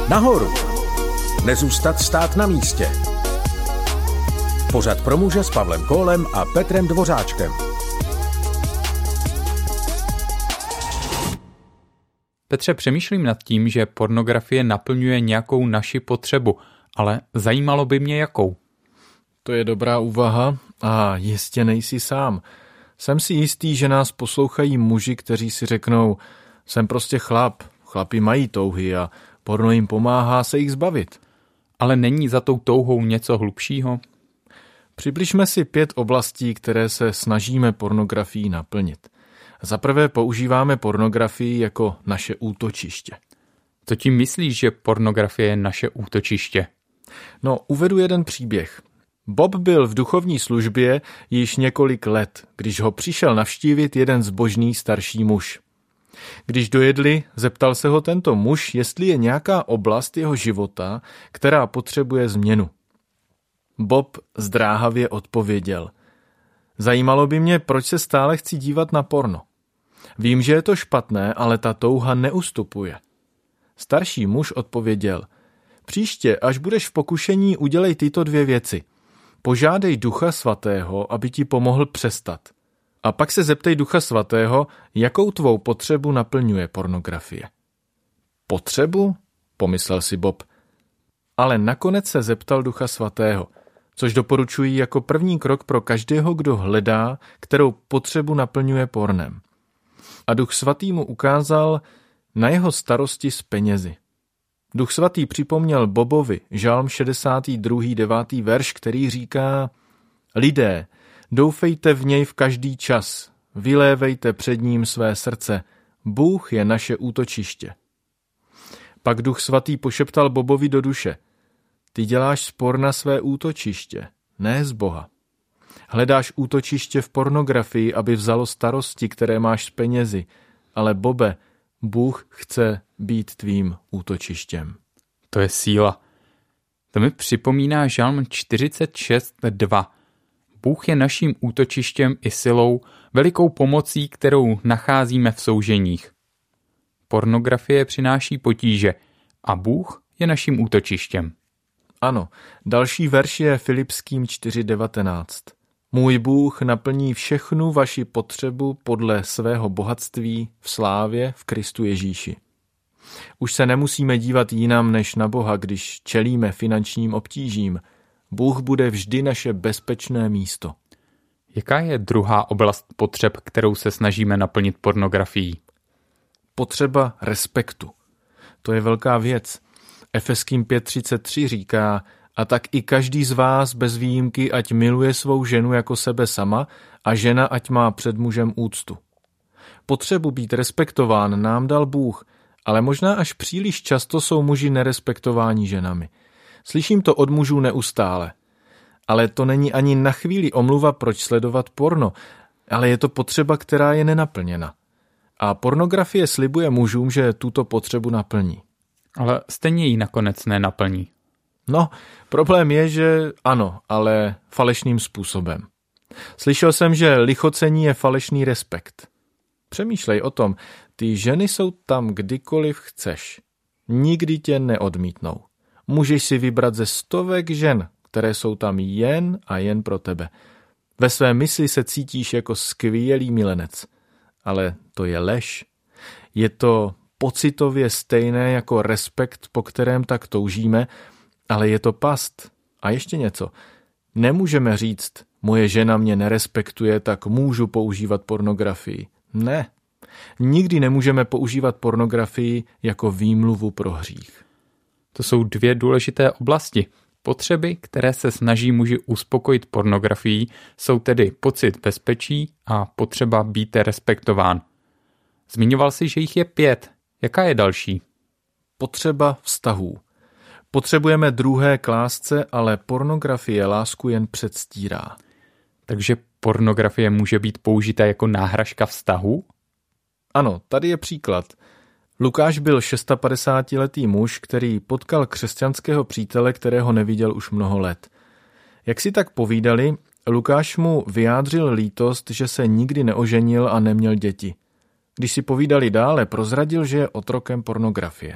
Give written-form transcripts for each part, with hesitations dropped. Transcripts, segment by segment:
Nahoru. Nezůstat stát na místě. Pořad pro muže s Pavlem Kólem a Petrem Dvořáčkem. Petře, přemýšlím nad tím, že pornografie naplňuje nějakou naši potřebu, ale zajímalo by mě jakou. To je dobrá úvaha a jistě nejsi sám. Jsem si jistý, že nás poslouchají muži, kteří si řeknou, jsem prostě chlap, chlapi mají touhy a porno jim pomáhá se jich zbavit. Ale není za tou touhou něco hlubšího? Přibližme si 5 oblastí, které se snažíme pornografií naplnit. Za prvé používáme pornografii jako naše útočiště. Co tím myslíš, že pornografie je naše útočiště? No, uvedu jeden příběh. Bob byl v duchovní službě již několik let, když ho přišel navštívit jeden zbožný starší muž. Když dojedli, zeptal se ho tento muž, jestli je nějaká oblast jeho života, která potřebuje změnu. Bob zdráhavě odpověděl. Zajímalo by mě, proč se stále chci dívat na porno. Vím, že je to špatné, ale ta touha neustupuje. Starší muž odpověděl. Příště, až budeš v pokušení, udělej tyto 2 věci. Požádej Ducha Svatého, aby ti pomohl přestat. A pak se zeptej Ducha Svatého, jakou tvou potřebu naplňuje pornografie. Potřebu? Pomyslel si Bob. Ale nakonec se zeptal Ducha Svatého, což doporučuji jako první krok pro každého, kdo hledá, kterou potřebu naplňuje pornem. A Duch Svatý mu ukázal na jeho starosti s penězi. Duch Svatý připomněl Bobovi Žalm 62. 9. verš, který říká: Lidé, doufejte v něj v každý čas, vylévejte před ním své srdce, Bůh je naše útočiště. Pak Duch Svatý pošeptal Bobovi do duše: Ty děláš z porna své útočiště, ne z Boha. Hledáš útočiště v pornografii, aby vzalo starosti, které máš s penězi, ale Bobe, Bůh chce být tvým útočištěm. To je síla. To mi připomíná Žalm 46.2. Bůh je naším útočištěm i silou, velikou pomocí, kterou nacházíme v souženích. Pornografie přináší potíže a Bůh je naším útočištěm. Ano, další verš je Filipským 4.19. Můj Bůh naplní všechnu vaši potřebu podle svého bohatství v slávě v Kristu Ježíši. Už se nemusíme dívat jinam než na Boha, když čelíme finančním obtížím. Bůh bude vždy naše bezpečné místo. Jaká je druhá oblast potřeb, kterou se snažíme naplnit pornografií? Potřeba respektu. To je velká věc. Efeským 5.33 říká: A tak i každý z vás bez výjimky ať miluje svou ženu jako sebe sama a žena ať má před mužem úctu. Potřebu být respektován nám dal Bůh, ale možná až příliš často jsou muži nerespektováni ženami. Slyším to od mužů neustále. Ale to není ani na chvíli omluva, proč sledovat porno, ale je to potřeba, která je nenaplněna. A pornografie slibuje mužům, že tuto potřebu naplní. Ale stejně ji nakonec nenaplní. No, problém je, že ano, ale falešným způsobem. Slyšel jsem, že lichocení je falešný respekt. Přemýšlej o tom, ty ženy jsou tam kdykoliv chceš. Nikdy tě neodmítnou. Můžeš si vybrat ze 100 žen, které jsou tam jen a jen pro tebe. Ve své mysli se cítíš jako skvělý milenec. Ale to je lež. Je to pocitově stejné jako respekt, po kterém tak toužíme, ale je to past. A ještě něco. Nemůžeme říct, moje žena mě nerespektuje, tak můžu používat pornografii. Ne. Nikdy nemůžeme používat pornografii jako výmluvu pro hřích. To jsou 2 důležité oblasti. Potřeby, které se snaží muži uspokojit pornografií, jsou tedy pocit bezpečí a potřeba být respektován. Zmiňoval jsi, že jich je 5. Jaká je další? Potřeba vztahů. Potřebujeme druhé k lásce, ale pornografie lásku jen předstírá. Takže pornografie může být použita jako náhražka vztahu? Ano, tady je příklad. Lukáš byl 56letý muž, který potkal křesťanského přítele, kterého neviděl už mnoho let. Jak si tak povídali, Lukáš mu vyjádřil lítost, že se nikdy neoženil a neměl děti. Když si povídali dále, prozradil, že je otrokem pornografie.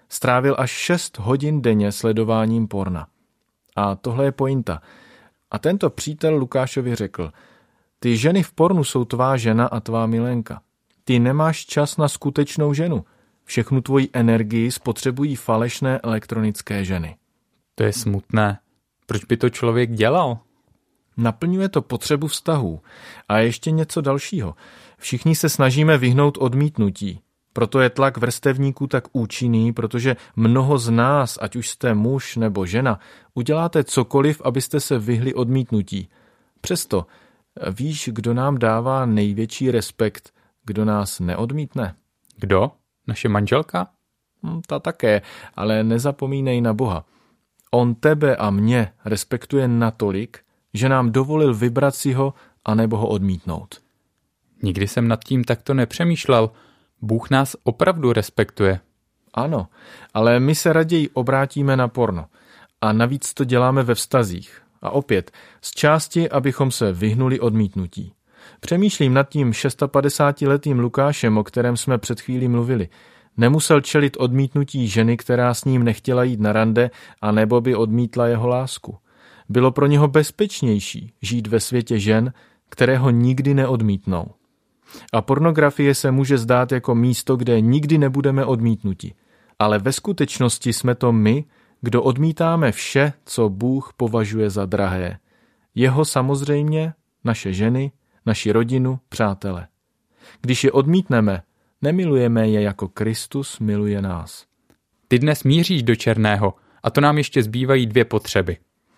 strávil až 6 hodin denně sledováním porna. A tohle je pointa. A tento přítel Lukášovi řekl: ty ženy v pornu jsou tvá žena a tvá milenka. Ty nemáš čas na skutečnou ženu. Všechnu tvoji energii spotřebují falešné elektronické ženy. To je smutné. Proč by to člověk dělal? Naplňuje to potřebu vztahů. A ještě něco dalšího. Všichni se snažíme vyhnout odmítnutí. Proto je tlak vrstevníků tak účinný, protože mnoho z nás, ať už jste muž nebo žena, uděláte cokoliv, abyste se vyhli odmítnutí. Přesto, víš, kdo nám dává největší respekt, kdo nás neodmítne? Kdo? Naše manželka? Ta také, ale nezapomínej na Boha. On tebe a mě respektuje natolik, že nám dovolil vybrat si ho, anebo ho odmítnout. Nikdy jsem nad tím takto nepřemýšlel. Bůh nás opravdu respektuje. Ano, ale my se raději obrátíme na porno. A navíc to děláme ve vztazích. A opět, z části, abychom se vyhnuli odmítnutí. Přemýšlím nad tím 56letým Lukášem, o kterém jsme před chvílí mluvili. Nemusel čelit odmítnutí ženy, která s ním nechtěla jít na rande, anebo by odmítla jeho lásku. Bylo pro něho bezpečnější žít ve světě žen, které ho nikdy neodmítnou. A pornografie se může zdát jako místo, kde nikdy nebudeme odmítnuti. Ale ve skutečnosti jsme to my, kdo odmítáme vše, co Bůh považuje za drahé. Jeho samozřejmě, naše ženy, naši rodinu, přátele. Když je odmítneme, nemilujeme je jako Kristus miluje nás. Ty dnes míříš do černého a to nám ještě zbývají 2 potřeby.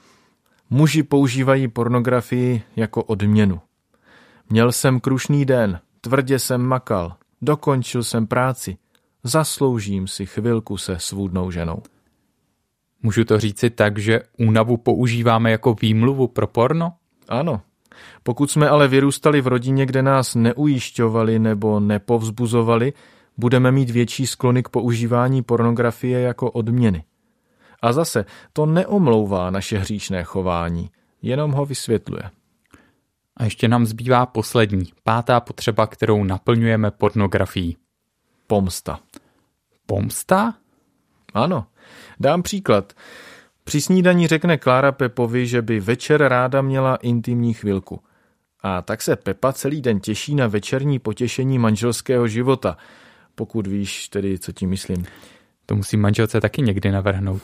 Muži používají pornografii jako odměnu. Měl jsem krušný den, tvrdě jsem makal, dokončil jsem práci, zasloužím si chvilku se svůdnou ženou. Můžu to říci tak, že únavu používáme jako výmluvu pro porno? Ano. Pokud jsme ale vyrůstali v rodině, kde nás neujišťovali nebo nepovzbuzovali, budeme mít větší sklony k používání pornografie jako odměny. A zase, to neomlouvá naše hříšné chování, jenom ho vysvětluje. A ještě nám zbývá poslední, 5. potřeba, kterou naplňujeme pornografií. Pomsta. Pomsta? Ano. Dám příklad. Při snídani řekne Klára Pepovi, že by večer ráda měla intimní chvilku. A tak se Pepa celý den těší na večerní potěšení manželského života. Pokud víš tedy, co tím myslím. To musím manželce taky někdy navrhnout.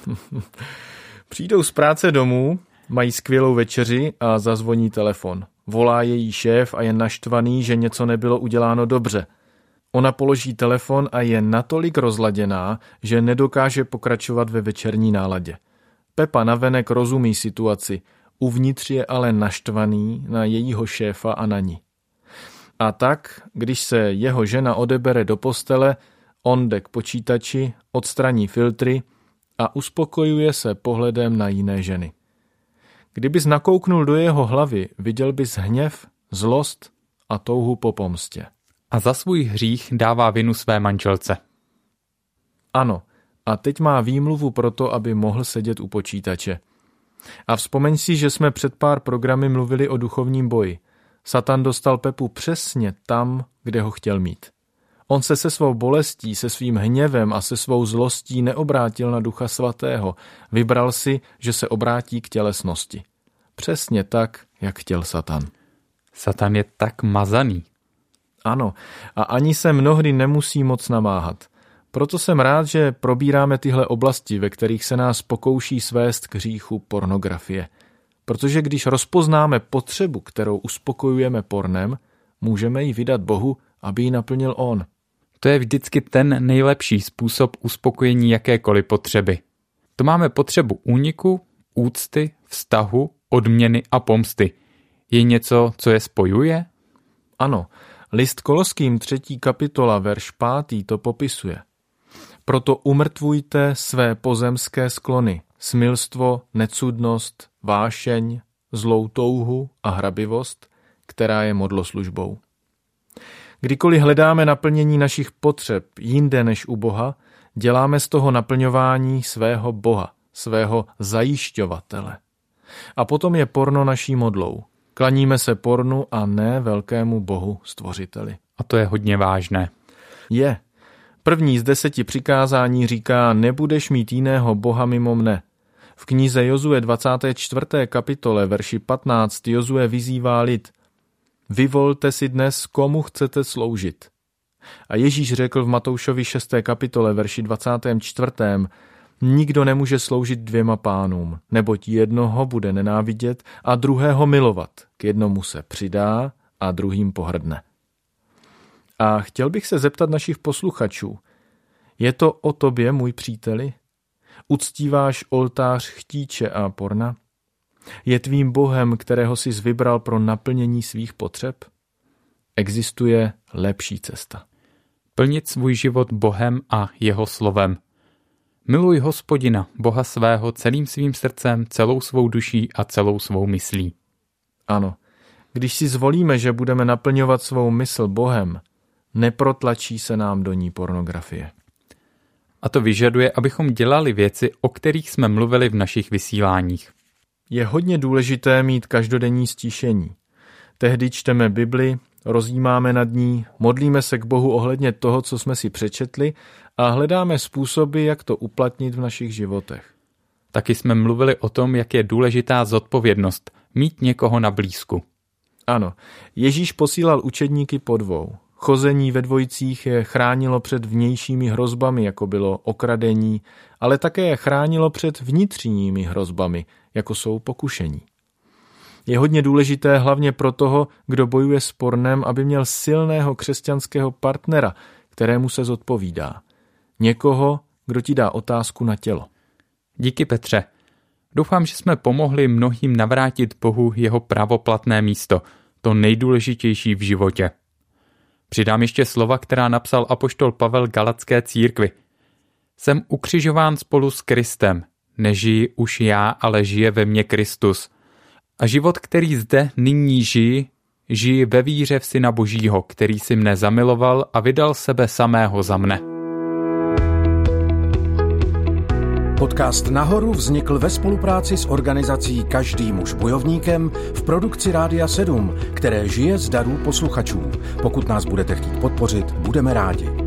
Přijdou z práce domů, mají skvělou večeři a zazvoní telefon. Volá její šéf a je naštvaný, že něco nebylo uděláno dobře. Ona položí telefon a je natolik rozladěná, že nedokáže pokračovat ve večerní náladě. Pepa navenek rozumí situaci, uvnitř je ale naštvaný na jejího šéfa a na ní. A tak, když se jeho žena odebere do postele, on jde k počítači, odstraní filtry a uspokojuje se pohledem na jiné ženy. Kdybys nakouknul do jeho hlavy, viděl bys hněv, zlost a touhu po pomstě. A za svůj hřích dává vinu své manželce. Ano, a teď má výmluvu pro to, aby mohl sedět u počítače. A vzpomeň si, že jsme před pár programy mluvili o duchovním boji. Satan dostal Pepu přesně tam, kde ho chtěl mít. On se svou bolestí, se svým hněvem a se svou zlostí neobrátil na Ducha Svatého. Vybral si, že se obrátí k tělesnosti. Přesně tak, jak chtěl Satan. Satan je tak mazaný. Ano, a ani se mnohdy nemusí moc namáhat. Proto jsem rád, že probíráme tyhle oblasti, ve kterých se nás pokouší svést k hříchu pornografie. Protože když rozpoznáme potřebu, kterou uspokojujeme pornem, můžeme ji vydat Bohu, aby ji naplnil on. To je vždycky ten nejlepší způsob uspokojení jakékoliv potřeby. To máme potřebu úniku, úcty, vztahu, odměny a pomsty. Je něco, co je spojuje? Ano, list Koloským 3. kapitola, verš 5. to popisuje. Proto umrtvujte své pozemské sklony, smilstvo, necudnost, vášeň, zlou touhu a hrabivost, která je modloslužbou. Kdykoliv hledáme naplnění našich potřeb jinde než u Boha, děláme z toho naplňování svého Boha, svého zajišťovatele. A potom je porno naší modlou. Klaníme se pornu a ne velkému Bohu stvořiteli. A to je hodně vážné. Je. První z 10 přikázání říká: nebudeš mít jiného boha mimo mne. V knize Jozue 24. kapitole verši 15 Jozue vyzývá lid: vyvolte si dnes, komu chcete sloužit. A Ježíš řekl v Matoušovi 6. kapitole verši 24. nikdo nemůže sloužit 2 pánům, neboť jednoho bude nenávidět a druhého milovat. K jednomu se přidá a druhým pohrdne. A chtěl bych se zeptat našich posluchačů: je to o tobě, můj příteli? Uctíváš oltář chtíče a porna? Je tvým bohem, kterého jsi vybral pro naplnění svých potřeb? Existuje lepší cesta. Plnit svůj život Bohem a jeho slovem. Miluj Hospodina, Boha svého, celým svým srdcem, celou svou duší a celou svou myslí. Ano, když si zvolíme, že budeme naplňovat svou mysl Bohem, neprotlačí se nám do ní pornografie. A to vyžaduje, abychom dělali věci, o kterých jsme mluvili v našich vysíláních. Je hodně důležité mít každodenní stišení. Tehdy čteme Bibli, rozjímáme nad ní, modlíme se k Bohu ohledně toho, co jsme si přečetli, a hledáme způsoby, jak to uplatnit v našich životech. Taky jsme mluvili o tom, jak je důležitá zodpovědnost mít někoho na blízku. Ano, Ježíš posílal učedníky po 2. Chození ve dvojicích je chránilo před vnějšími hrozbami, jako bylo okradení, ale také je chránilo před vnitřními hrozbami, jako jsou pokušení. Je hodně důležité hlavně pro toho, kdo bojuje s pornem, aby měl silného křesťanského partnera, kterému se zodpovídá. Někoho, kdo ti dá otázku na tělo. Díky, Petře. Doufám, že jsme pomohli mnohým navrátit Bohu jeho pravoplatné místo, to nejdůležitější v životě. Přidám ještě slova, která napsal apoštol Pavel Galatské církvi. Jsem ukřižován spolu s Kristem. Nežiji už já, ale žije ve mně Kristus. A život, který zde nyní žiji ve víře v Syna Božího, který si mne zamiloval a vydal sebe samého za mne. Podcast Nahoru vznikl ve spolupráci s organizací Každý muž bojovníkem v produkci Rádia 7, které žije z darů posluchačů. Pokud nás budete chtít podpořit, budeme rádi.